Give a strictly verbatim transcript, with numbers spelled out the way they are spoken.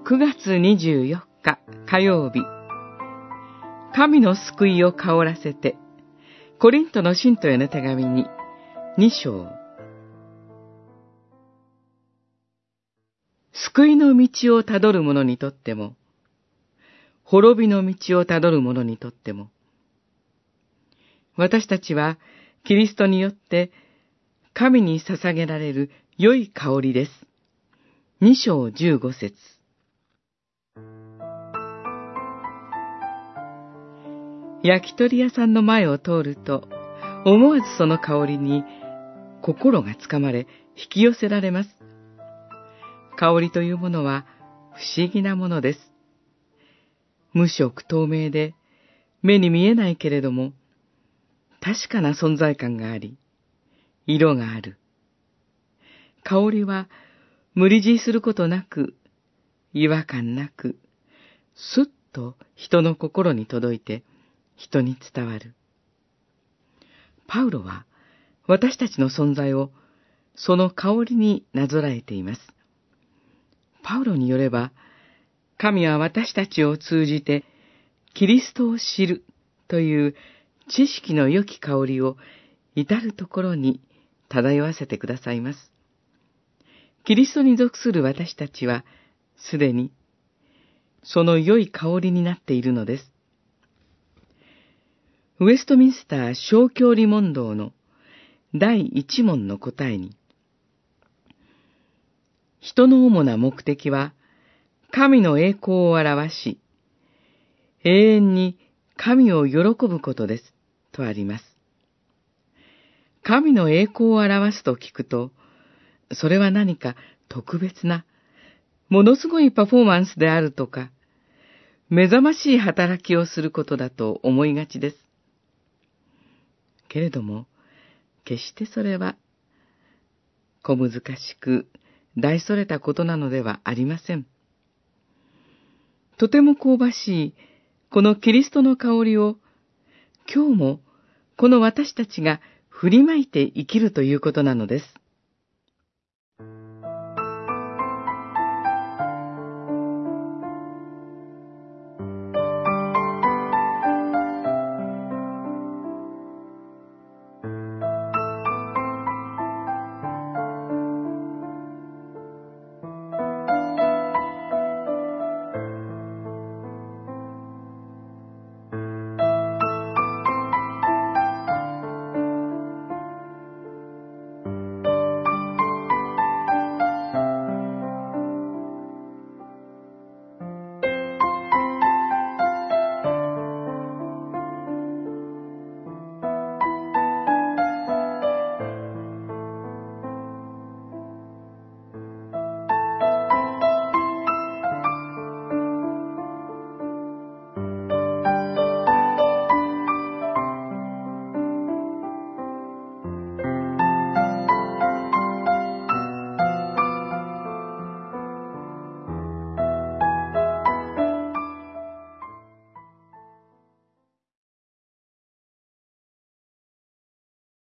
くがつにじゅうよっか火曜日、神の救いを香らせて、コリントの信徒への手紙にに章。救いの道をたどる者にとっても、滅びの道をたどる者にとっても、私たちはキリストによって神に捧げられる良い香りです。に章じゅうご節。焼き鳥屋さんの前を通ると、思わずその香りに心がつかまれ、引き寄せられます。香りというものは不思議なものです。無色透明で目に見えないけれども、確かな存在感があり、色がある。香りは無理強いすることなく、違和感なく、すっと人の心に届いて、人に伝わる。パウロは私たちの存在をその香りになぞらえています。パウロによれば、神は私たちを通じてキリストを知るという知識の良き香りを至るところに漂わせてくださいます。キリストに属する私たちはすでにその良い香りになっているのです。ウェストミンスター小教理問答の第一問の答えに、人の主な目的は神の栄光を表し、永遠に神を喜ぶことですとあります。神の栄光を表すと聞くと、それは何か特別な、ものすごいパフォーマンスであるとか、目覚ましい働きをすることだと思いがちです。けれども、決してそれは小難しく大それたことなのではありません。とても香ばしいこのキリストの香りを今日もこの私たちが振りまいて生きるということなのです。